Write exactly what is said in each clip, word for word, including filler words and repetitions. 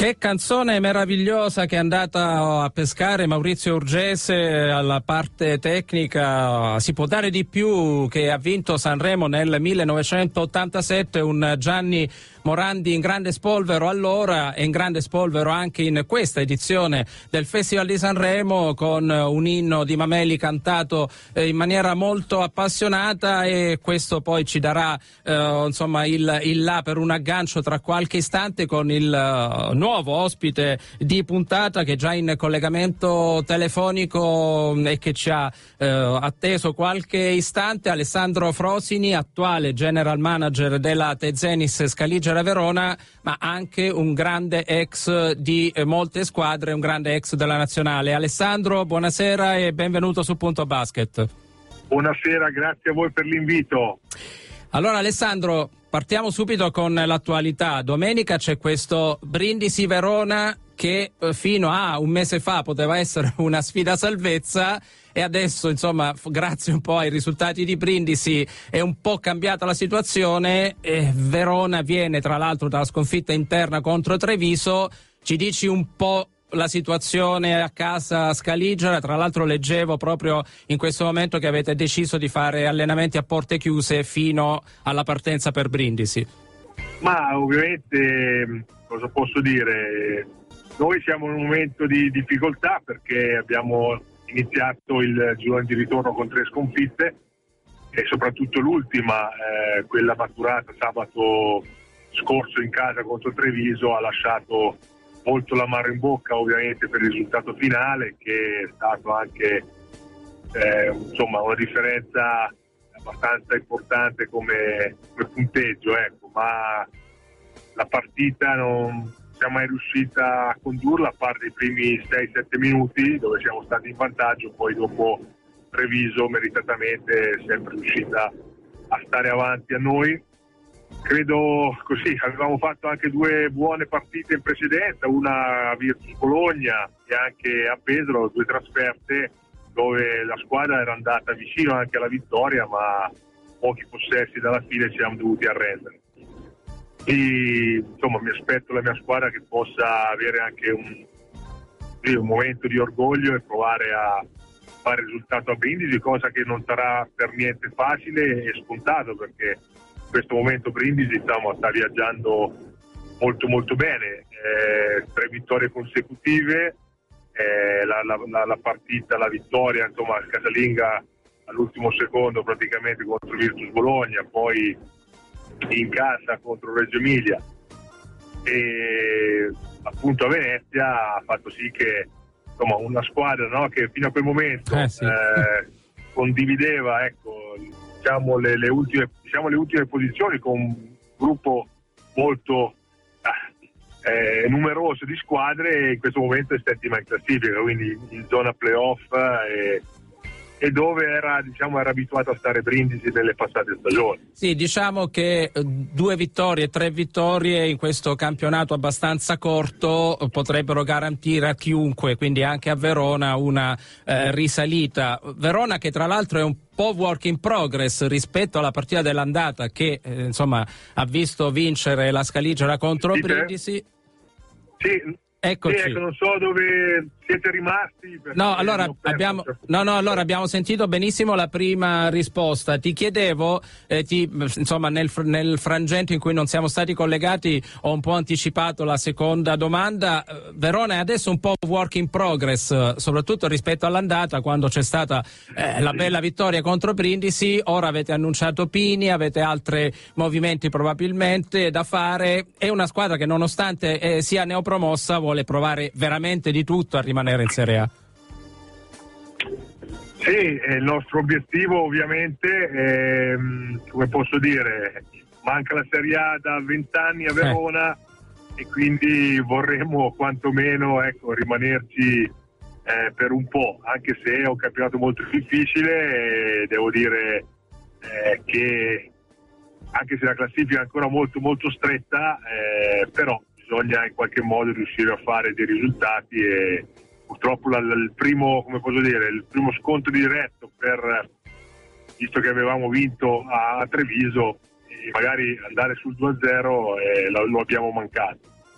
Che canzone meravigliosa che è andata a pescare Maurizio Urgese alla parte tecnica. Si può dare di più, che ha vinto Sanremo nel millenovecentottantasette, un Gianni Morandi in grande spolvero allora e in grande spolvero anche in questa edizione del Festival di Sanremo, con un inno di Mameli cantato eh, in maniera molto appassionata, e questo poi ci darà eh, insomma il, il là per un aggancio tra qualche istante con il uh, nuovo ospite di puntata che è già in collegamento telefonico e che ci ha eh, atteso qualche istante, Alessandro Frosini, attuale general manager della Tezenis Scaligera Verona, ma anche un grande ex di eh, molte squadre, un grande ex della nazionale. Alessandro, buonasera e benvenuto su Punto Basket. Buonasera, grazie a voi per l'invito. Allora Alessandro, partiamo subito con l'attualità. Domenica c'è questo Brindisi Verona che fino a un mese fa poteva essere una sfida salvezza, e adesso insomma grazie un po' ai risultati di Brindisi è un po' cambiata la situazione. E Verona viene tra l'altro dalla sconfitta interna contro Treviso. Ci dici un po' la situazione a casa Scaligera? Tra l'altro leggevo proprio in questo momento che avete deciso di fare allenamenti a porte chiuse fino alla partenza per Brindisi. Ma ovviamente cosa posso dire? Noi siamo in un momento di difficoltà perché abbiamo iniziato il girone di ritorno con tre sconfitte e soprattutto l'ultima, eh, quella maturata sabato scorso in casa contro Treviso, ha lasciato molto l'amaro in bocca ovviamente per il risultato finale, che è stato anche eh, insomma una differenza abbastanza importante come, come punteggio, ecco, ma la partita non siamo mai riuscita a condurla, a parte i primi sei sette minuti dove siamo stati in vantaggio. Poi dopo Treviso meritatamente è sempre riuscita a stare avanti a noi. Credo così, avevamo fatto anche due buone partite in precedenza, una a Virtus Bologna e anche a Pesaro, due trasferte dove la squadra era andata vicino anche alla vittoria, ma pochi possessi dalla fine ci siamo dovuti arrendere. E, insomma, mi aspetto la mia squadra che possa avere anche un, un momento di orgoglio e provare a fare il risultato a Brindisi, cosa che non sarà per niente facile e scontato, perché in questo momento Brindisi insomma, sta viaggiando molto molto bene, eh, tre vittorie consecutive, eh, la, la, la partita, la vittoria insomma casalinga all'ultimo secondo praticamente contro Virtus Bologna, poi in casa contro Reggio Emilia e appunto a Venezia ha fatto sì che insomma una squadra, no, che fino a quel momento eh, sì. eh, condivideva ecco diciamo le, le ultime diciamo le ultime posizioni con un gruppo molto eh, numeroso di squadre, e in questo momento è settima in classifica, quindi in zona playoff e e dove era, diciamo, era abituato a stare Brindisi nelle passate stagioni. Sì, diciamo che due vittorie, tre vittorie in questo campionato abbastanza corto potrebbero garantire a chiunque, quindi anche a Verona, una eh, risalita. Verona che tra l'altro è un po' work in progress rispetto alla partita dell'andata che eh, insomma ha visto vincere la Scaligera contro Dite? Brindisi. Sì. Eccoci. Sì, ecco, non so dove siete rimasti. No, allora abbiamo, no, no, allora abbiamo sentito benissimo la prima risposta. Ti chiedevo, eh, ti, insomma, nel, nel frangente in cui non siamo stati collegati, ho un po' anticipato la seconda domanda. Verona è adesso un po' work in progress, soprattutto rispetto all'andata, quando c'è stata eh, la bella vittoria contro Brindisi. Ora avete annunciato Pini, avete altri movimenti probabilmente da fare. È una squadra che, nonostante eh, sia neopromossa, vuole provare veramente di tutto a rimanere in Serie A. Sì, è il nostro obiettivo ovviamente, ehm, come posso dire, manca la Serie A da vent'anni a Verona eh. e quindi vorremmo quantomeno ecco, rimanerci eh, per un po', anche se è un campionato molto difficile e devo dire eh, che anche se la classifica è ancora molto molto stretta, eh, però bisogna in qualche modo riuscire a fare dei risultati e purtroppo la, la, il primo, come posso dire, il primo scontro diretto per, visto che avevamo vinto a, a Treviso, e magari andare sul due a zero eh, lo, lo abbiamo mancato.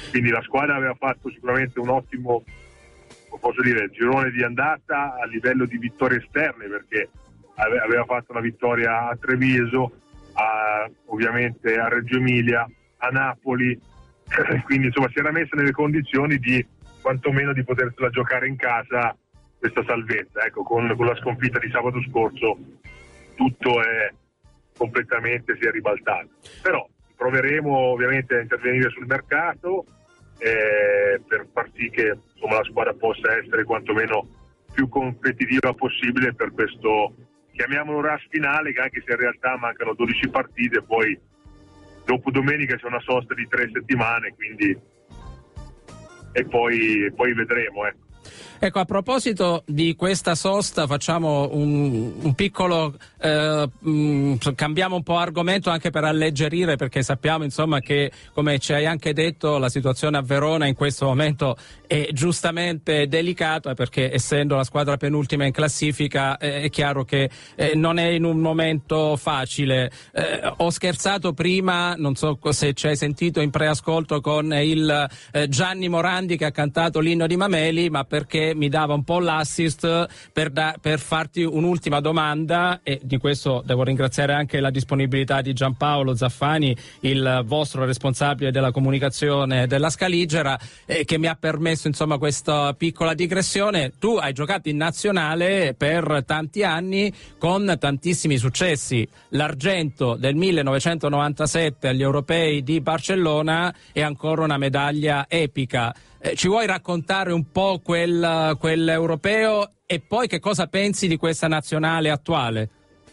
Quindi la squadra aveva fatto sicuramente un ottimo, posso dire, girone di andata a livello di vittorie esterne, perché aveva fatto una vittoria a Treviso, a, ovviamente a Reggio Emilia, a Napoli, quindi insomma si era messa nelle condizioni di quantomeno di potersela giocare in casa questa salvezza. Ecco, con, con la sconfitta di sabato scorso tutto è completamente si è ribaltato, però proveremo ovviamente a intervenire sul mercato eh, per far sì che insomma la squadra possa essere quantomeno più competitiva possibile per questo, chiamiamolo rush finale, che anche se in realtà mancano dodici partite, poi dopo domenica c'è una sosta di tre settimane, quindi e poi, poi vedremo, ecco. Ecco, a proposito di questa sosta facciamo un, un piccolo, eh, mh, cambiamo un po' argomento anche per alleggerire, perché sappiamo insomma che, come ci hai anche detto, la situazione a Verona in questo momento è giustamente delicata, perché essendo la squadra penultima in classifica eh, è chiaro che eh, non è in un momento facile. Eh, ho scherzato prima, non so se ci hai sentito in preascolto, con il eh, Gianni Morandi che ha cantato l'inno di Mameli, ma perché mi dava un po' l'assist per, da, per farti un'ultima domanda, e di questo devo ringraziare anche la disponibilità di Giampaolo Zaffani, il vostro responsabile della comunicazione della Scaligera, eh, che mi ha permesso insomma questa piccola digressione. Tu hai giocato in nazionale per tanti anni con tantissimi successi, l'argento del millenovecentonovantasette agli europei di Barcellona è ancora una medaglia epica. Eh, ci vuoi raccontare un po' quel, quell'europeo e poi che cosa pensi di questa nazionale attuale?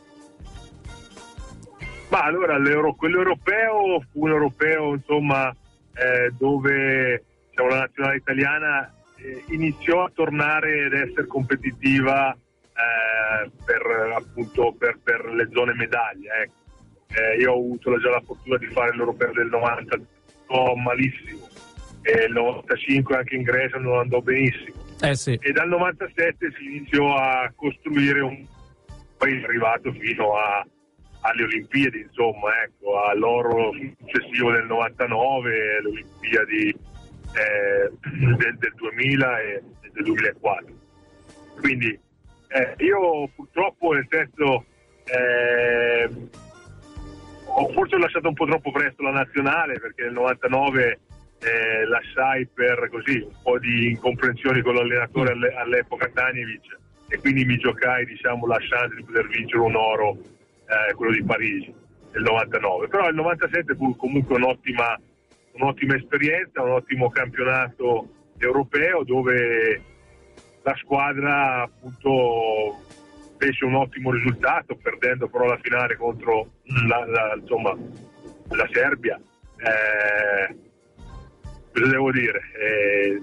Ma allora l'euro, quell'europeo fu un europeo insomma eh, dove diciamo, la nazionale italiana eh, iniziò a tornare ad essere competitiva eh, per appunto per, per le zone medaglie. Ecco. Eh, io ho avuto già la fortuna di fare l'europeo del novanta, oh, malissimo. E il novantacinque anche in Grecia non andò benissimo, eh sì. E dal novantasette si iniziò a costruire un poi è arrivato fino a, alle Olimpiadi, insomma, ecco, all'oro successivo del novantanove, le Olimpiadi eh, del, del duemila e del duemilaquattro. Quindi eh, io purtroppo, nel senso eh, ho forse ho lasciato un po' troppo presto la nazionale, perché nel novantanove Eh, lasciai per così un po' di incomprensioni con l'allenatore alle, all'epoca Tanjevic, e quindi mi giocai diciamo la chance di poter vincere un oro, eh, quello di Parigi del novantanove. Però il novantasette fu comunque un'ottima un'ottima esperienza, un ottimo campionato europeo dove la squadra appunto fece un ottimo risultato, perdendo però la finale contro la, la, insomma, la Serbia. eh, Cosa devo dire? Eh,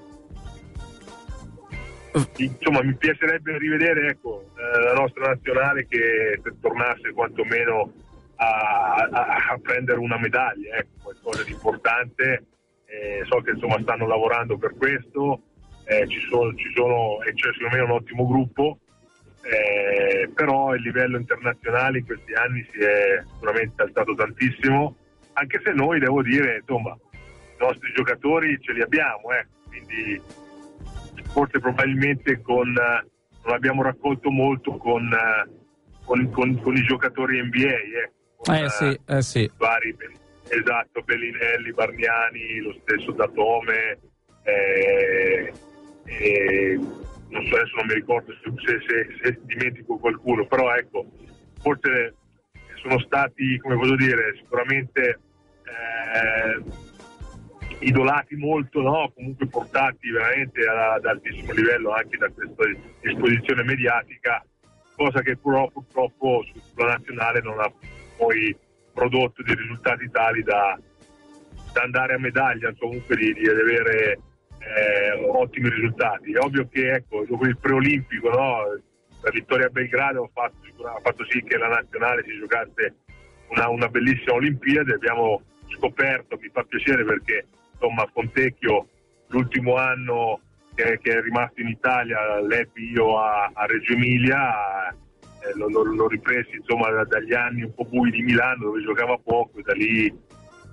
insomma, mi piacerebbe rivedere ecco, eh, la nostra nazionale che tornasse quantomeno a, a, a prendere una medaglia, ecco, qualcosa di importante. Eh, so che insomma stanno lavorando per questo, eh, ci sono, ci sono e c'è secondo me un ottimo gruppo, eh, però il livello internazionale in questi anni si è sicuramente alzato tantissimo, anche se noi, devo dire, insomma, i nostri giocatori ce li abbiamo, eh. Quindi forse probabilmente con, uh, non abbiamo raccolto molto con, uh, con, con, con i giocatori N B A, eh. Con, eh, sì, eh sì. vari, esatto, Bellinelli, Bargnani, lo stesso Datome, eh, eh, non so, adesso non mi ricordo se, se, se, se dimentico qualcuno, però ecco, forse sono stati, come posso dire, sicuramente eh, idolati molto, no? Comunque portati veramente ad altissimo livello anche da questa esposizione mediatica, cosa che però purtroppo sulla nazionale non ha poi prodotto dei risultati tali da, da andare a medaglia, comunque di, di avere eh, ottimi risultati. È ovvio che ecco, dopo il preolimpico, no? La vittoria a Belgrado ha fatto, ha fatto sì che la nazionale si giocasse una, una bellissima Olimpiade. Abbiamo scoperto, mi fa piacere perché insomma Fontecchio l'ultimo anno che, che è rimasto in Italia l'ebbi io a, a Reggio Emilia, eh, l'ho, l'ho ripresi insomma da, dagli anni un po' bui di Milano dove giocava poco, e da lì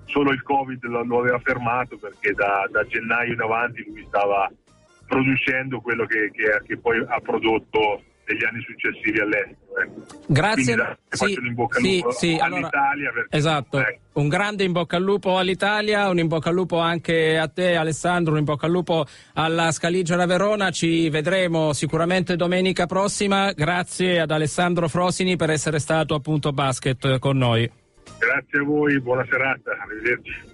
solo il Covid lo, lo aveva fermato, perché da, da gennaio in avanti lui stava producendo quello che, che, che poi ha prodotto negli anni successivi all'estero. Ecco. Grazie. Da, sì, faccio un in bocca al sì, lupo sì, all'Italia. allora, perché, esatto, ecco. Un grande in bocca al lupo all'Italia, un in bocca al lupo anche a te Alessandro, un in bocca al lupo alla Scaligera Verona. Ci vedremo sicuramente domenica prossima. Grazie ad Alessandro Frosini per essere stato appunto basket con noi. Grazie a voi, buona serata, arrivederci.